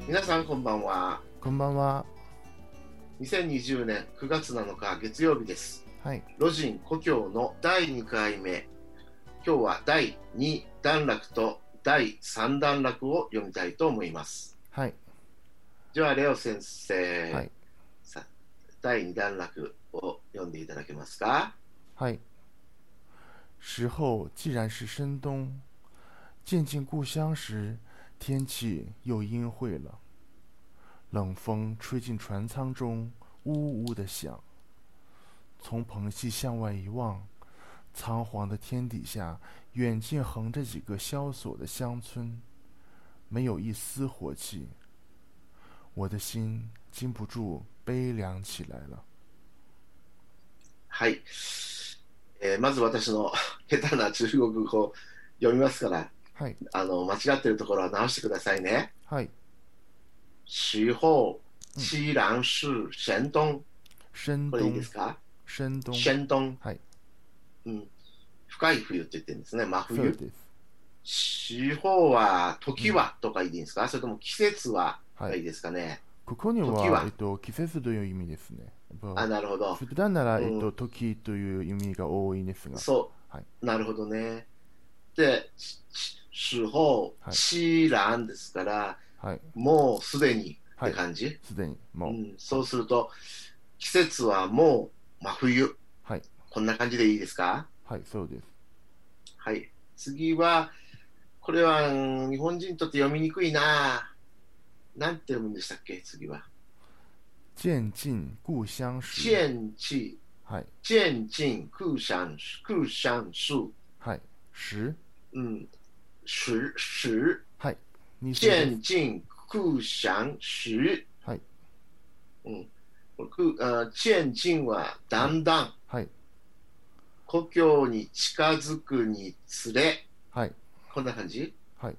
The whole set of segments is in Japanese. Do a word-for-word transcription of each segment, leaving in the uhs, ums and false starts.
皆さんこんばんは。 こんばんは。 にせんにじゅうねんくがつなのか月曜日です。 はい。 ロジン故郷のだいにかいめ。今日はだいに段落とだいさん段落を読みたいと思います。 はい。 ではレオ先生、 はい。 さだいに段落を読んでいただけますか？ はい。时候既然是深冬，渐近故乡时，天气又阴晦了。冷风吹进船舱中，呜呜的响。从棚隙向外一望，苍黄的天底下，远近横着几个萧索的乡村，没有一丝活气。我的心禁不住悲凉起来了。 はい、えーまず私の下手な中国語を読みますから、 はい。 あの間違っているところは直してくださいね。 はい。 時候既然是深冬、 深これいいで冬。 すか？ 深冬。 深冬、 はい。 うん、深い冬って言ってるんですね。真そう冬。 です。 時候は、時はとかいいですか？それとも季節ははい。 がいいですかね。 ここには、 時は、 えっと、季節という意味ですね。やっあ、 ぱなるほど。 普段なら、えっと、 うん、 時という意味が多いんですが。 そはい。 う、なるほどね。で、時候、 はい。 既然ですから、 はい。 もうすでにっはい。 て感じ。 すでに、もう。 うん、 はい。 そうすると、季節はもう真冬。 はい。 こんな感じでいいですか？ はい、そうです。 はい。次は、これは、うん、日本人にとって読みにくいな。なんて読むんでしたっけ、次は。 渐近故乡时。 渐近、 はい。 渐近故乡、故乡树。 はい。時。 うん。时、时。 はい。に世です。 渐近故乡時。 はい。 うん。くあ渐近はだんだん、 はい。 故郷に近づくにつれ。 はい。 こんな感じ。 はい。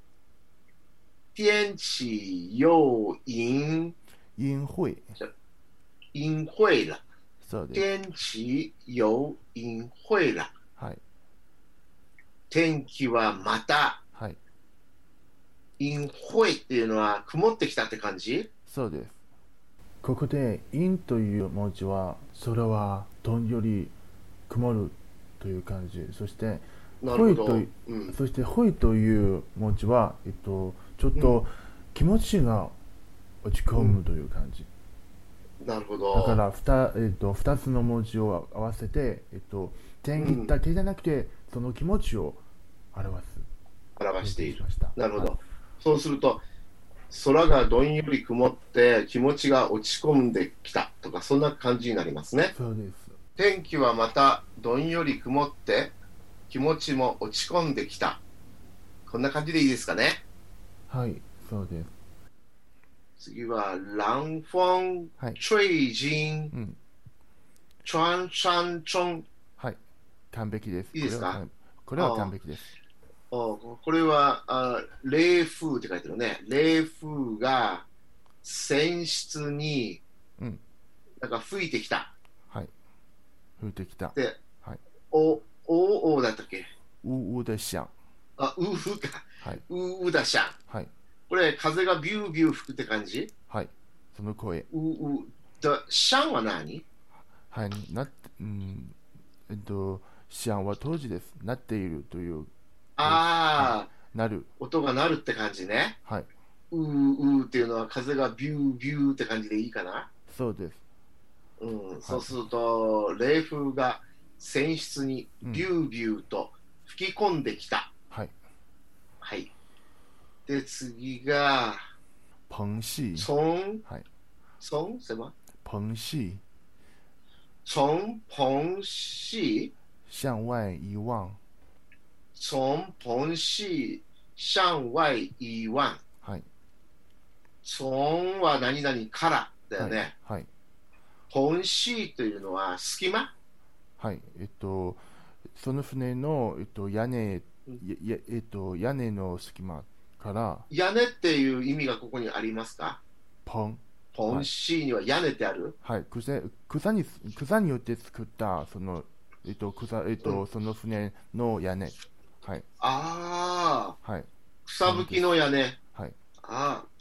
天气又阴、 陰晦。 阴晦了。 そうです。 天気又陰晦了。 はい。 天気はまたはい。 陰晦っていうのは曇ってきたって感じ？ そうです。ここで陰という文字は空はどんより曇るという感じ。そしてなるほど。 ほいというん。 そしてほいという文字は、えっと、ちょっうんと気持ちが落ち込うん。 むという感じ。 なるほだかど。 ら 2, えっと、ふたつの文字を合わせて、えっと、天気うん。 だけじゃなくてその気持ちを表す表している。 表現しました。はい。 なるほど。そうすると、空がどんより曇って気持ちが落ち込んできたとか、そんな感じになりますね。 そうです。 天気はまたどんより曇って気持ちも落ち込んできた。こんな感じでいいですかね。 はい、そうです。 次は、冷風はい。 吹進うん。 船山中。 はい。完璧です。 いいですか？ これは完これは完あ璧です。 あ、これはあ冷風って書いてるね。冷風が船室にうん。 なんか吹いてきた。 はい。吹いてきた。 で、 はい。 お、お、おだったっけ？ ううでしゃん。 あ、うふか。 はい。 う、うだしゃん。 はい。 これ、風がビュービュー吹くって感じ？ はい。その声。 う、う、だ、シャンは何？ はい。なって、うん。えっと、しゃんは当時です。なっているという、動詞。はい。 ああなる。 ー、音が鳴るって感じね。 はい。 うーうーっていうのは風がビュービューって感じでいいかな。 そうです。 うん、 はい。 そうすると、冷風が船室にうん。 ビュービューと吹き込んできた。 はい。 はい。で、次が、 棚隙。 从、 はい。 从什么？ 棚隙。 从棚隙、 向外一望。 从棚隙向外一望。 はい。 从は何々からだよはい。 ね。 はい。 棚隙というのは隙間？ はい。えっと、その船の、えっと、屋根、ややえっと、屋根の隙間から、 屋根っていう意味がここにありますか？ ポン。はポンい。 シーには屋根ってある？ はい。草、草に、草によって作った、その、えっと、草、えっうん。 と、その船の屋根。はい。 ああ、 はい。 草吹きポンです。 の屋根。 はい。 ああ、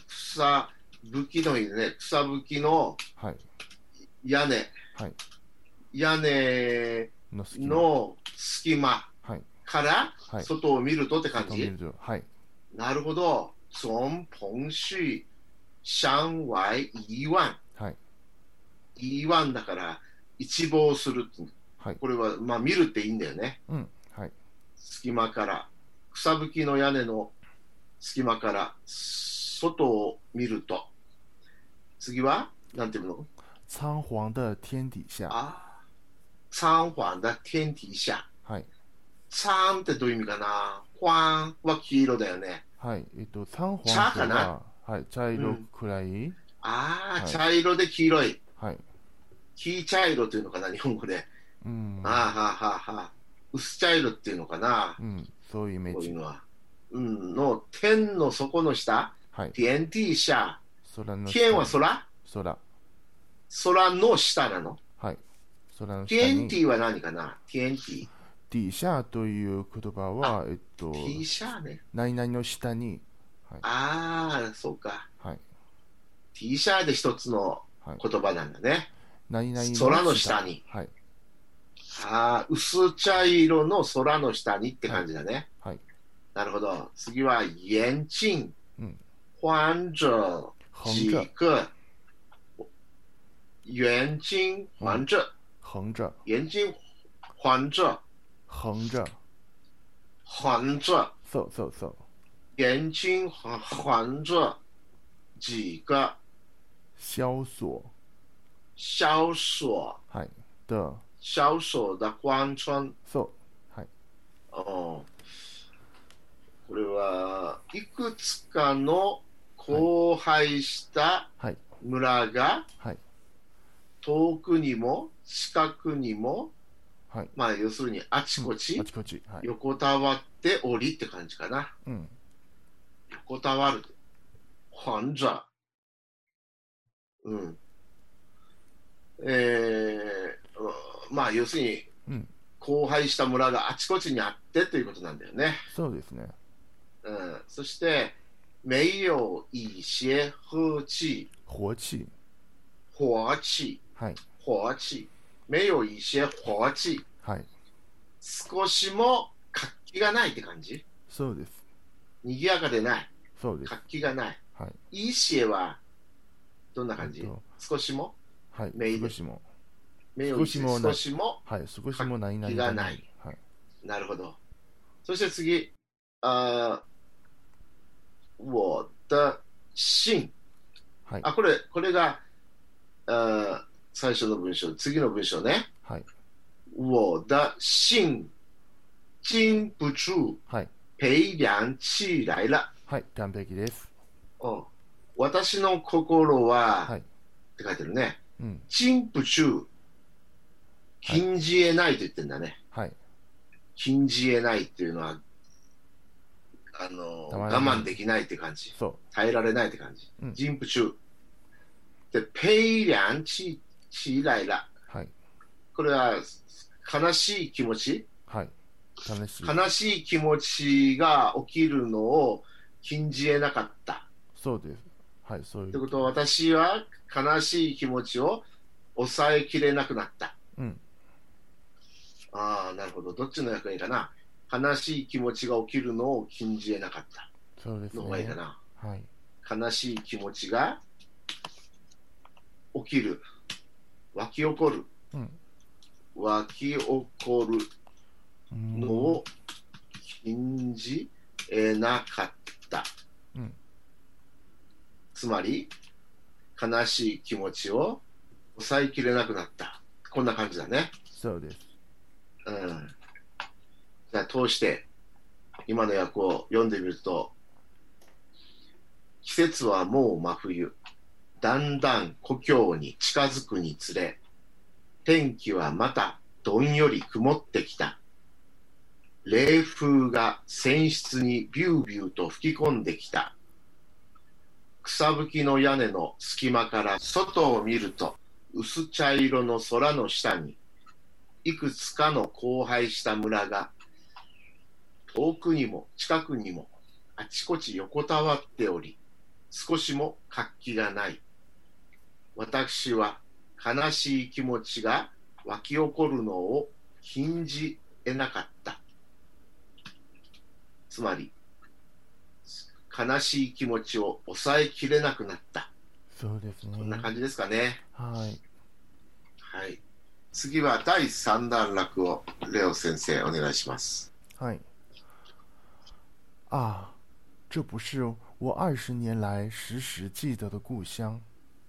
草吹きのいいね、草吹きのはい。 屋根、 はい。 屋根の隙間。 の隙間はい。 からはい。 外を見るとって感じ、 外を見ると、はい。 なるほど。从棚序向外一望。 はい。 一望だから一望するって。 はい。 これはまあ見るっていいんだよね。 うん。はい。 隙間から、草吹きの屋根の隙間から外を見ると。次はなんていうの？ 苍黄的天底下。 あ、苍黄的天底下。 はい。 苍ってどういう意味かな？黄は黄色だよね。 はい。えっと、三黄茶かな？ は、はい、茶色くらい、 ああ、 はい、 茶色で黄色い。 はい。 黄茶色というのかな、日本語で。 うん。 ああ、はあ、はあ、はあ。薄茶色っていうのかな。 うん、そういうイメージ。 こういうのは。うん、の天の底の下。 はい。 天底下。 空の下。 天は空？ 空。 空の下なの？ はい。空の下天に。 底は何かな？天底。 底下という言葉は、えっと、 底下ね。 何々の下に。はい、 ああ、そうか。 はい。 底下で一つの言葉なんだね。はい、 何々の下。 空の下に。はい。ああ、薄茶色の空の下にって感じだね。はい。はい、なるほど。次は、眼睛、 うん、 患者、几个。眼睛、患者。 横着。 眼睛、患者。 横着。 患者。 そうそうそう。 眼睛患者几个？ 萧索。 萧索。 はい。的。 萧索的荒川。 そう。はい。 お、これはいくつかの荒廃した村が遠くにも近くにも、はい、まあ要するにあちこち横たわっておりって感じかな。うん、横たわる。患者。うん。えー、まあ要するに、うん、荒廃した村があちこちにあってということなんだよね。 そうですね。 うん、そして没有一些和气。 活气。 活气。はい。活气。没有一些活气。はい。少しも活気がないって感じ？ そうです。 賑やかでない。 そうです。 活気がない。 はい。 一些はどんな感じ？少しも？ はい。少しも。 少しも少しもはい。少しもない活気がない。はい。なるほど。そして次、あ我的心。はい、あ、これ、これが、あ最初の文章、次の文章ね。はい。我的心禁不住。はい。培養起来了。 はい、完璧です。 お、私の心は、はい、って書いてるね。うん。禁不住。禁じえないと言ってんだね。はい。禁じえないっていうのは、あの我慢できないって感じ。耐えられないって感じ。禁不住。で、培養起起来了。はい。これは悲しい気持ち。はい。悲しい。悲しい気持ちが起きるのを禁じえなかった。 そうです。はい、そういう。 ということは、私は悲しい気持ちを抑えきれなくなった。うん。ああ、なるほど。どっちの役がいいかな。悲しい気持ちが起きるのを禁じえなかった。 そうですね。 の方がいいかな。 はい。 悲しい気持ちが起きる。湧き起こる。うん、湧き起こるのを禁じえなかった。うん、つまり、悲しい気持ちを抑えきれなくなった。こんな感じだね。 そうです。 うん。じゃあ通して今の訳を読んでみると、季節はもう真冬、だんだん故郷に近づくにつれ、天気はまたどんより曇ってきた。冷風が船室にビュービューと吹き込んできた。草吹きの屋根の隙間から外を見ると、薄茶色の空の下にいくつかの荒廃した村が遠くにも近くにもあちこち横たわっており、 少しも活気がない。私は悲しい気持ちが湧き起こるのを禁じ得なかった。つまり、悲しい気持ちを抑えきれなくなった。 そうですね。 こんな感じですかね。 はい。 はい。次はだいさん段落をレオ先生お願いします。 はい。啊，这不是我二十年来时时记得的故乡。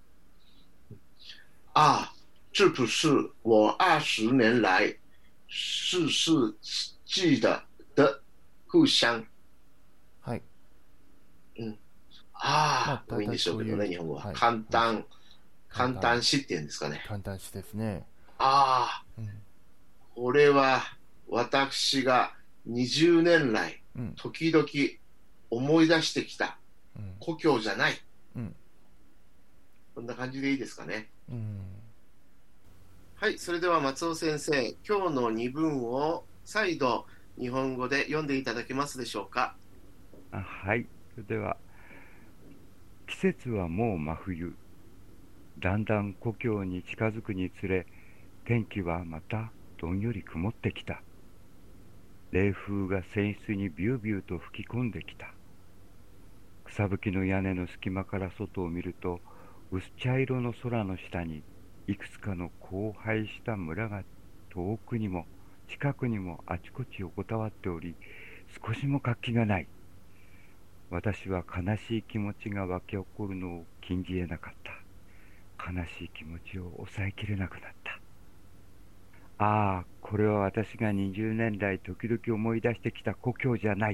啊，这不是我二十年来时时记得的故乡。 はい。 うん。ああ、 まあもういいんでしょうけどね、日本語は。 はい簡単、簡簡単詞って言うんですかね。 簡単詞ですね。 ああ、 うん。 これは私がにじゅうねん来、 うん。 時々思い出してきたうん。 故郷じゃない。 うん。 こんな感じでいいですかね。 うん。 はい、それでは松尾先生、今日のに文を再度日本語で読んでいただけますでしょうか。 あ、はい。それでは、季節はもう真冬。だんだん故郷に近づくにつれ、天気はまたどんより曇ってきた。冷風が船室にビュービューと吹き込んできた。草吹きの屋根の隙間から外を見ると、薄茶色の空の下にいくつかの荒廃した村が遠くにも近くにもあちこち横たわっており、少しも活気がない。私は悲しい気持ちが湧き起こるのを禁じ得なかった。悲しい気持ちを抑えきれなくなった。ああ、これは私がにじゅうねん来時々思い出してきた故郷じゃない。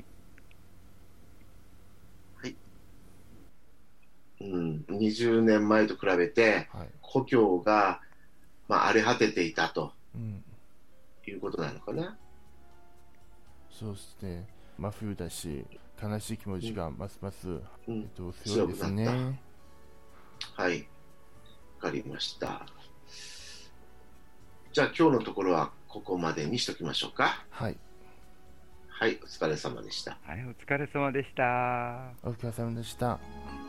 はい。うん、にじゅうねんまえと比べて、 はい。 故郷が、まあ、荒れ果てていたとうん。 いうことなのかな。 そうして真冬だし、悲しい気持ちがますます、 うんえっと、強いですね。 はい。わかりました。じゃあ今日のところはここまでにしときましょうか。 はい。 はい、お疲れ様でした。 はい、お疲れ様でした。 お疲れ様でした。